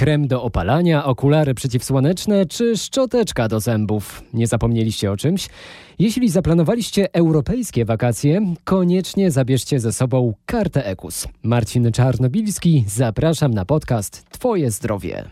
Krem do opalania, okulary przeciwsłoneczne czy szczoteczka do zębów. Nie zapomnieliście o czymś? Jeśli zaplanowaliście europejskie wakacje, koniecznie zabierzcie ze sobą kartę EKUS. Marcin Czarnobilski, zapraszam na podcast Twoje zdrowie.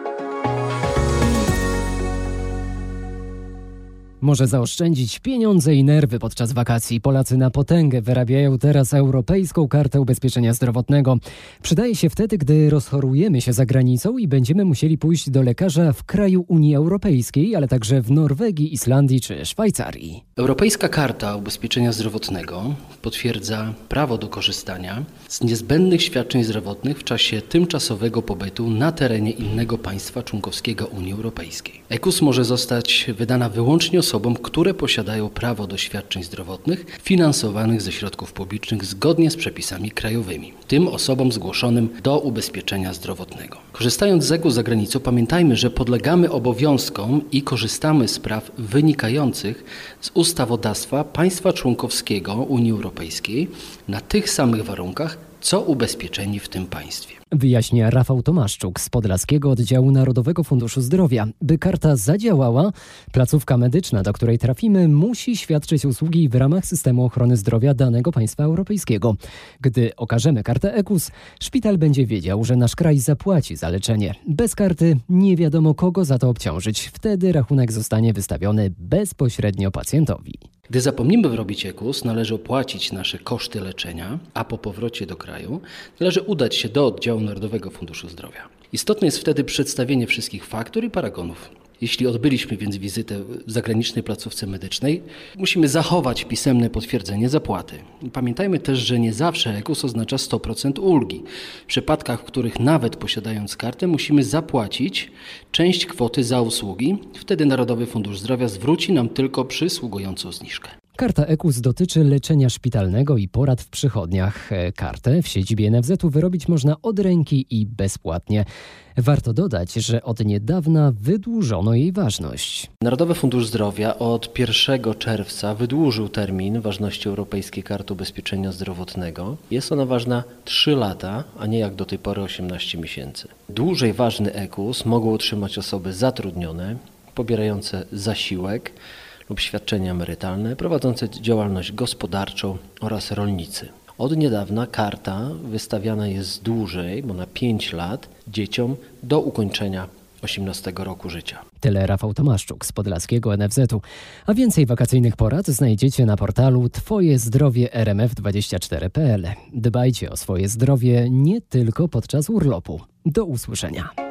Może zaoszczędzić pieniądze i nerwy podczas wakacji. Polacy na potęgę wyrabiają teraz europejską kartę ubezpieczenia zdrowotnego. Przydaje się wtedy, gdy rozchorujemy się za granicą i będziemy musieli pójść do lekarza w kraju Unii Europejskiej, ale także w Norwegii, Islandii czy Szwajcarii. Europejska Karta Ubezpieczenia Zdrowotnego potwierdza prawo do korzystania z niezbędnych świadczeń zdrowotnych w czasie tymczasowego pobytu na terenie innego państwa członkowskiego Unii Europejskiej. EKUS może zostać wydana wyłącznie osobom, które posiadają prawo do świadczeń zdrowotnych finansowanych ze środków publicznych zgodnie z przepisami krajowymi, tym osobom zgłoszonym do ubezpieczenia zdrowotnego. Korzystając z EKUS za granicą, pamiętajmy, że podlegamy obowiązkom i korzystamy z praw wynikających z ustawodawstwa państwa członkowskiego Unii Europejskiej na tych samych warunkach, co ubezpieczeni w tym państwie. Wyjaśnia Rafał Tomaszczuk z Podlaskiego Oddziału Narodowego Funduszu Zdrowia. By karta zadziałała, placówka medyczna, do której trafimy, musi świadczyć usługi w ramach systemu ochrony zdrowia danego państwa europejskiego. Gdy okażemy kartę EKUS, szpital będzie wiedział, że nasz kraj zapłaci za leczenie. Bez karty nie wiadomo, kogo za to obciążyć. Wtedy rachunek zostanie wystawiony bezpośrednio pacjentowi. Gdy zapomnimy wrobić EKUS, należy opłacić nasze koszty leczenia, a po powrocie do kraju należy udać się do Oddziału Narodowego Funduszu Zdrowia. Istotne jest wtedy przedstawienie wszystkich faktur i paragonów. Jeśli odbyliśmy więc wizytę w zagranicznej placówce medycznej, musimy zachować pisemne potwierdzenie zapłaty. Pamiętajmy też, że nie zawsze EKUS oznacza 100% ulgi. W przypadkach, w których nawet posiadając kartę musimy zapłacić część kwoty za usługi, wtedy Narodowy Fundusz Zdrowia zwróci nam tylko przysługującą zniżkę. Karta EKUS dotyczy leczenia szpitalnego i porad w przychodniach. Kartę w siedzibie NFZ-u wyrobić można od ręki i bezpłatnie. Warto dodać, że od niedawna wydłużono jej ważność. Narodowy Fundusz Zdrowia od 1 czerwca wydłużył termin ważności Europejskiej Karty Ubezpieczenia Zdrowotnego. Jest ona ważna 3 lata, a nie jak do tej pory 18 miesięcy. Dłużej ważny EKUS mogą otrzymać osoby zatrudnione, pobierające zasiłek lub świadczenia emerytalne, prowadzące działalność gospodarczą oraz rolnicy. Od niedawna karta wystawiana jest dłużej, bo na 5 lat, dzieciom do ukończenia 18 roku życia. Tyle Rafał Tomaszczuk z Podlaskiego NFZ-u. A więcej wakacyjnych porad znajdziecie na portalu twojezdrowie.rmf24.pl. Dbajcie o swoje zdrowie nie tylko podczas urlopu. Do usłyszenia.